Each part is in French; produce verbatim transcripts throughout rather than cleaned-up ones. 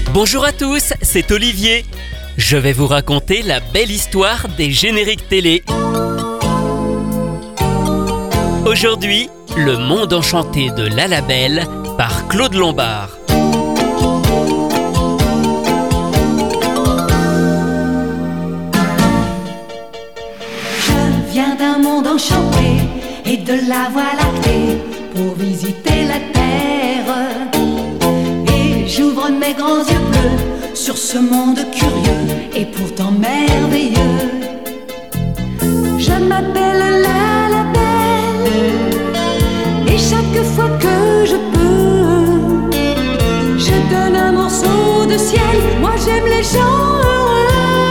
Bonjour à tous, c'est Olivier. Je vais vous raconter la belle histoire des génériques télé. Aujourd'hui, Le monde enchanté de Lalabelle par Claude Lombard. Je viens d'un monde enchanté et de la voie lactée pour visiter la terre. Et j'ouvre mes grands yeux bleus sur ce monde curieux et pourtant merveilleux. Je m'appelle Lalabelle et chaque fois que je peux, je donne un morceau de ciel. Moi j'aime les gens heureux.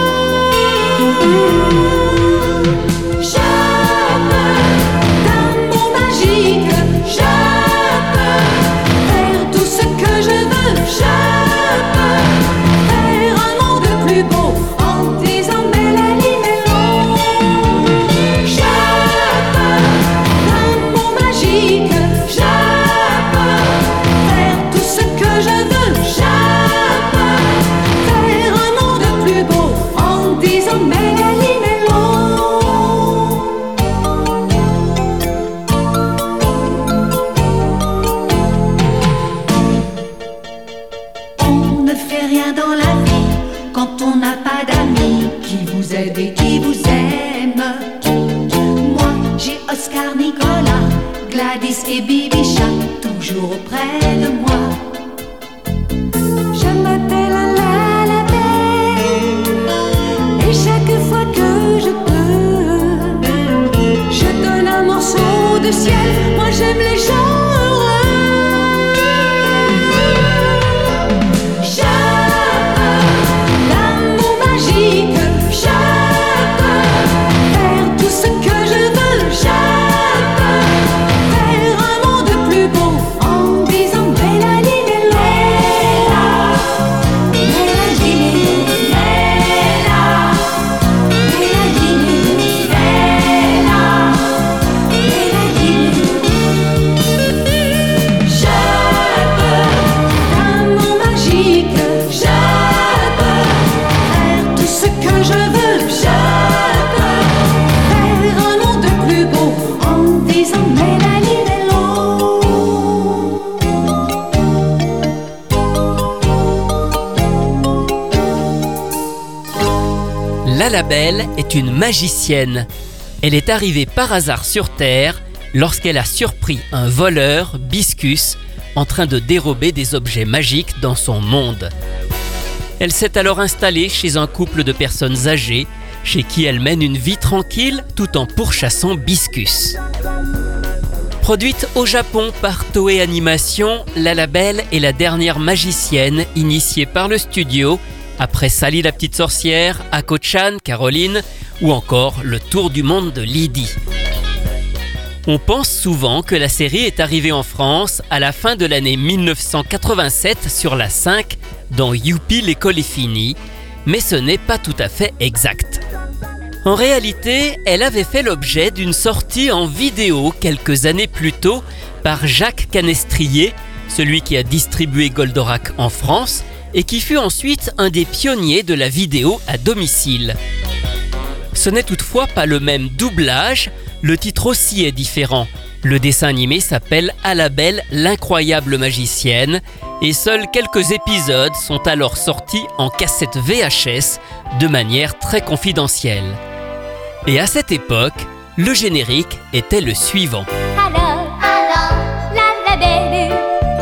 Je peux, d'un mot magique, je peux faire tout ce que je veux. Je peux faire un monde plus beau en disant Mélanie Mélo. Je peux, d'un mot magique, je peux faire tout ce que je veux. Je peux faire un monde plus beau en disant Mélanie Mélo. On ne fait rien dans la vie quand on n'a pas d'amis qui vous aident et qui vous aiment. Moi, j'ai Oscar, Nicolas, Gladys et Bibicha toujours auprès de moi. Je m'appelle Lalabelle et chaque fois que je peux, je donne un morceau de ciel. Moi j'aime les gens heureux. Je peux, d'un mot magique, je peux faire tout ce que je veux. Je peux faire un monde plus beau en disant Mélanie Mélo. Mélanie Mélo, Mélanie Mélo, Mélanie Mélo. Je peux, d'un mot magique, je peux faire tout ce que je veux. Je peux faire un monde plus beau en disant Mélanie Mélo. Lalabelle est une magicienne. Elle est arrivée par hasard sur Terre lorsqu'elle a surpris un voleur, Biscus, en train de dérober des objets magiques dans son monde. Elle s'est alors installée chez un couple de personnes âgées, chez qui elle mène une vie tranquille tout en pourchassant Biscus. Produite au Japon par Toei Animation, Lalabelle est la dernière magicienne initiée par le studio après Sally la petite sorcière, Ako-chan, Caroline ou encore Le tour du monde de Lydie. On pense souvent que la série est arrivée en France à la fin de l'année mille neuf cent quatre-vingt-sept sur la cinq dans Youpi, l'école est finie, mais ce n'est pas tout à fait exact. En réalité, elle avait fait l'objet d'une sortie en vidéo quelques années plus tôt par Jacques Canestrier, celui qui a distribué Goldorak en France et qui fut ensuite un des pionniers de la vidéo à domicile. Ce n'est toutefois pas le même doublage, le titre aussi est différent. Le dessin animé s'appelle Alabelle, l'incroyable magicienne et seuls quelques épisodes sont alors sortis en cassette V H S de manière très confidentielle. Et à cette époque, le générique était le suivant. Hello, hello, Lalabelle.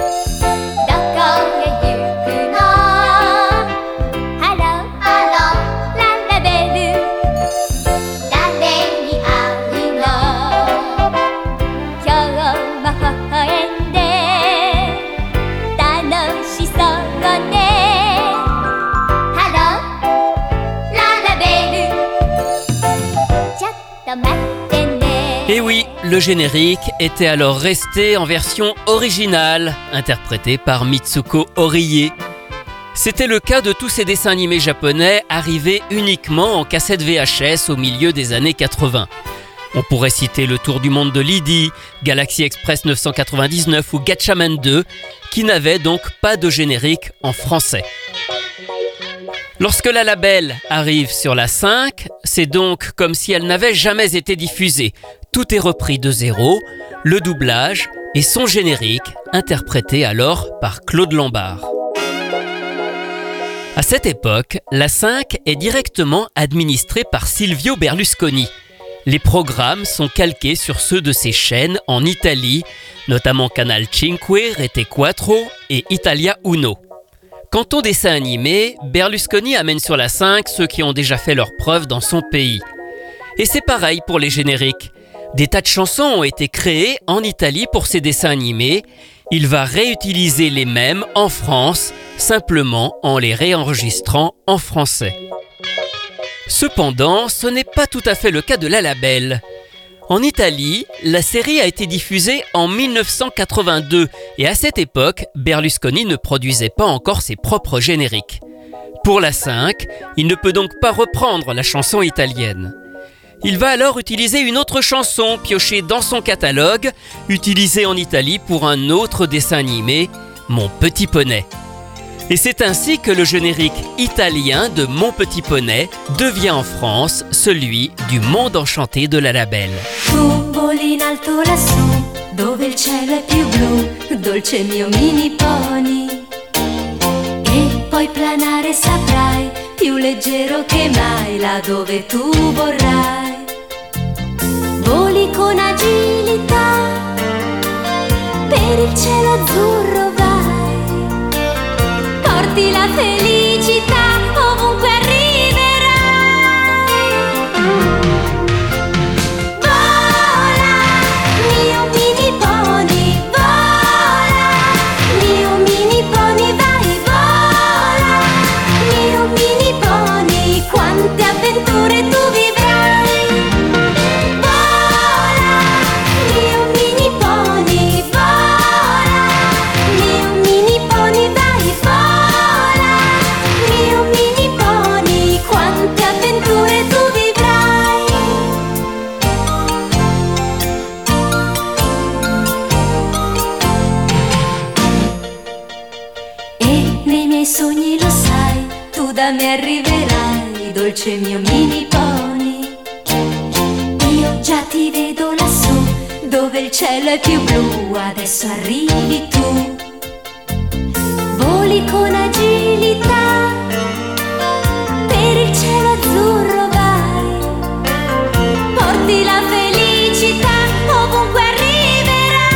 Doko he yuku no? Hello, hello, Lalabelle. Dare ni aru no? Kyou mo hohoen de tanoshisou ne. Hello, Lalabelle. Chotto matte ne. Et oui, le générique était alors resté en version originale, interprétée par Mitsuko Orie. C'était le cas de tous ces dessins animés japonais arrivés uniquement en cassette V H S au milieu des années quatre-vingts. On pourrait citer Le Tour du monde de Lydie, Galaxy Express neuf cent quatre-vingt-dix-neuf ou Gatchaman deux, qui n'avaient donc pas de générique en français. Lorsque la label arrive sur la cinq, c'est donc comme si elle n'avait jamais été diffusée. Tout est repris de zéro, le doublage et son générique, interprété alors par Claude Lombard. À cette époque, la cinq est directement administrée par Silvio Berlusconi. Les programmes sont calqués sur ceux de ses chaînes en Italie, notamment Canal cinque, Rete quattro et Italia Uno. Quant au dessin animé, Berlusconi amène sur la cinq ceux qui ont déjà fait leurs preuves dans son pays. Et c'est pareil pour les génériques. Des tas de chansons ont été créées en Italie pour ces dessins animés. Il va réutiliser les mêmes en France, simplement en les réenregistrant en français. Cependant, ce n'est pas tout à fait le cas de la label. En Italie, la série a été diffusée en mille neuf cent quatre-vingt-deux et à cette époque, Berlusconi ne produisait pas encore ses propres génériques. Pour la cinq, il ne peut donc pas reprendre la chanson italienne. Il va alors utiliser une autre chanson piochée dans son catalogue, utilisée en Italie pour un autre dessin animé, Mon Petit Poney. Et c'est ainsi que le générique italien de Mon Petit Poney devient en France celui du Monde Enchanté de la label. Tu voli in alto lassù, dove il cielo è più blu, dolce mio mini pony. E puoi planare saprai, più leggero che mai, là dove tu vorrai. Voli con agilità, per il cielo azzurro vai. Porti la felicità ovunque arriverai. Vola, mio mini pony, vola, mio mini pony, vai, vola, mio mini pony, quante avventure tu vivrai. Vola, mio mini pony, vola, mio mini pony, vai, vola, mio mini pony, quante avventure tu vivrai. E nei miei sogni lo sai, tu da me arriverai, dolce mio mini pony. Io già ti vedo lassù, dove il cielo è più blu, adesso arrivi tu. Voli con agilità, per il cielo azzurro vai. Porti la felicità ovunque arriverai.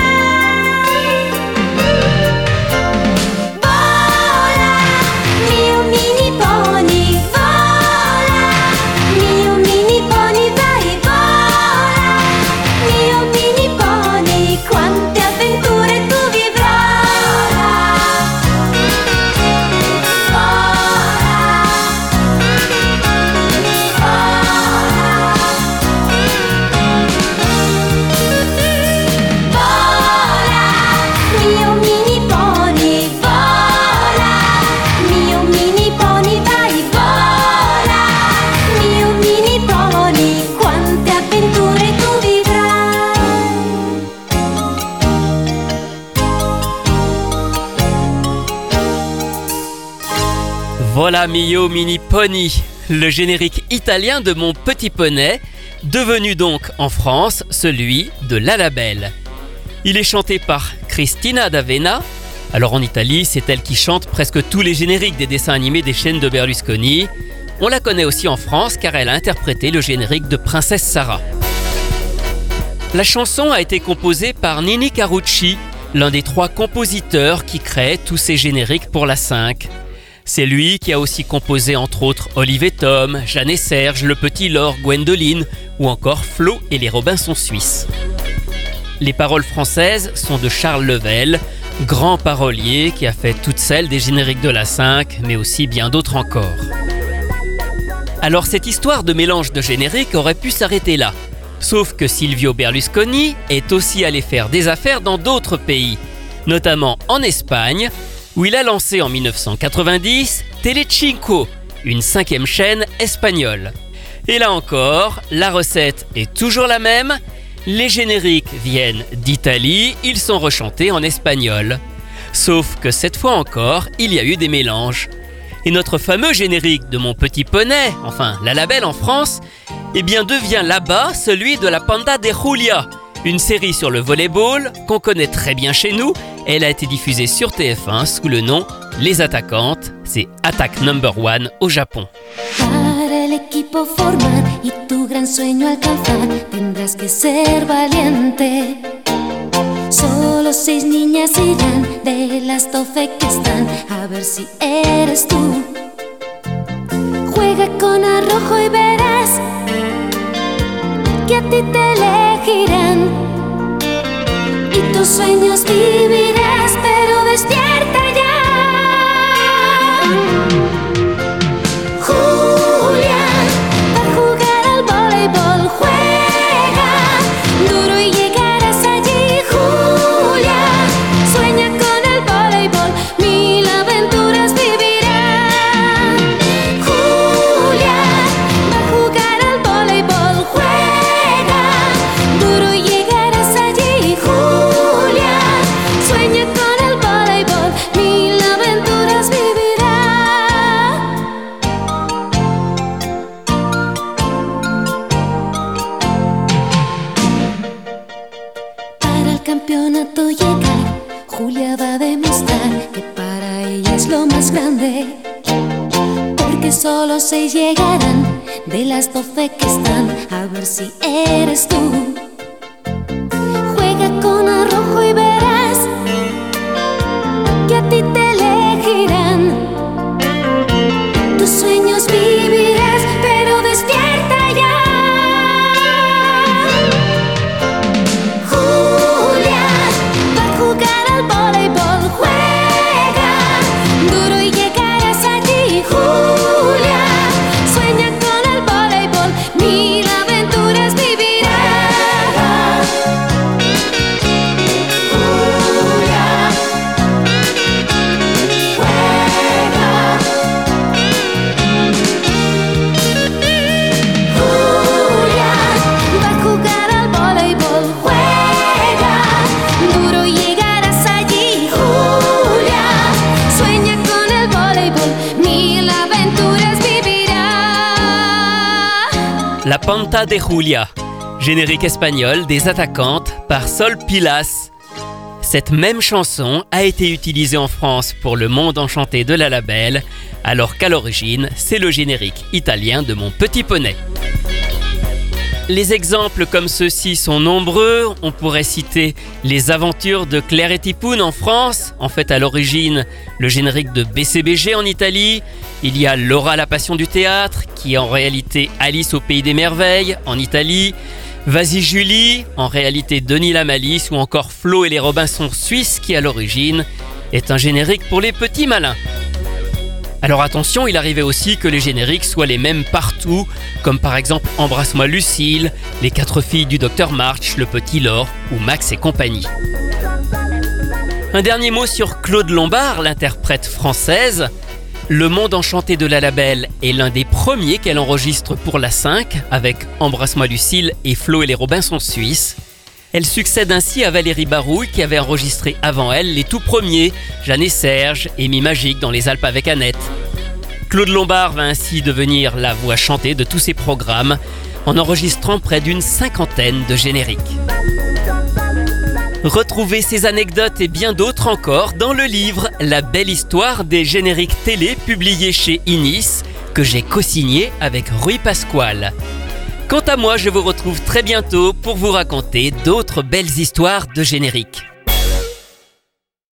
Vola, mio mini pony, vola, mio mini pony, vai, vola, mio mini pony, quante avventure tu vivrai. Vola, mio mini pony, vola, mio mini pony, vai, vola, mio mini pony, quante avventure tu vivrai. Voilà Mio Mini Pony, le générique italien de Mon Petit Poney, devenu donc en France celui de la label. Il est chanté par Cristina D'Avena. Alors en Italie, c'est elle qui chante presque tous les génériques des dessins animés des chaînes de Berlusconi. On la connaît aussi en France car elle a interprété le générique de Princesse Sarah. La chanson a été composée par Nini Carucci, l'un des trois compositeurs qui créent tous ces génériques pour la cinq. C'est lui qui a aussi composé entre autres Olive et Tom, Jeanne et Serge, Le Petit Lord, Gwendoline ou encore Flo et les Robinson Suisses. Les paroles françaises sont de Charles Level, grand parolier qui a fait toutes celles des génériques de la cinq, mais aussi bien d'autres encore. Alors cette histoire de mélange de génériques aurait pu s'arrêter là. Sauf que Silvio Berlusconi est aussi allé faire des affaires dans d'autres pays, notamment en Espagne, où il a lancé en mille neuf cent quatre-vingt-dix Telecinco, une cinquième chaîne espagnole. Et là encore, la recette est toujours la même. Les génériques viennent d'Italie, ils sont rechantés en espagnol. Sauf que cette fois encore, il y a eu des mélanges. Et notre fameux générique de Mon Petit Poney, enfin La La Belle en France, eh bien devient là-bas celui de La Panda de Julia, une série sur le volleyball qu'on connaît très bien chez nous. Elle a été diffusée sur T F un sous le nom Les Attaquantes. C'est Attack Number One au Japon. Para el equipo formar y tu gran sueño alcanzar, tendrás que ser valiente. Solo seis niñas irán de las doce que están, a ver si eres tú. Juega con arrojo y verás que a ti te elegirán. Y tus sueños vivirás, pero despierta ya. Julián va a jugar al voleibol, juega duro y llegarás allí. Julián sueña con el voleibol, mil aventuras vivirá. Julián va a jugar al voleibol, juega duro y llegarás allí. Julián sueña con el voleibol, mil aventuras vivirá. Para el campeonato llegar, Julia va a demostrar que para ella es lo más grande, porque solo seis llegarán de las doce que están, a ver si eres tú. Juega con arrojo y verás que a ti te elegirán. Tus sueños vivirás, pero despierta ya. Julián va a jugar al voleibol, juega duro y llegarás allí. Julián sueña con el voleibol, mil aventuras vivirá. Julián juega. Julián va a jugar al voleibol, juega duro y llegarás allí. Julián sueña con el voleibol, mil aventuras vivirá. La Panda de Julia, générique espagnol des Attaquantes par Sol Pilas. Cette même chanson a été utilisée en France pour Le Monde Enchanté de La La Belle, alors qu'à l'origine, c'est le générique italien de Mon Petit Poney. Les exemples comme ceux-ci sont nombreux. On pourrait citer Les Aventures de Claire et Tipoun en France, en fait à l'origine le générique de B C B G en Italie. Il y a Laura la passion du théâtre, qui est en réalité Alice au pays des merveilles en Italie. Vas-y Julie, en réalité Denis la Malice, ou encore Flo et les Robinson suisses, qui à l'origine est un générique pour les petits malins. Alors attention, il arrivait aussi que les génériques soient les mêmes partout, comme par exemple Embrasse-moi Lucille, Les quatre filles du docteur March, Le Petit Lord ou Max et compagnie. Un dernier mot sur Claude Lombard, l'interprète française. Le Monde Enchanté de La La Belle est l'un des premiers qu'elle enregistre pour la cinq, avec Embrasse-moi Lucille et Flo et les Robinson suisses. Elle succède ainsi à Valérie Barouille qui avait enregistré avant elle les tout premiers, Jeanne et Serge et Mi Magique dans les Alpes avec Annette. Claude Lombard va ainsi devenir la voix chantée de tous ses programmes en enregistrant près d'une cinquantaine de génériques. Retrouvez ces anecdotes et bien d'autres encore dans le livre La belle histoire des génériques télé publié chez Inis que j'ai co-signé avec Rui Pasquale. Quant à moi, je vous retrouve très bientôt pour vous raconter d'autres belles histoires de génériques.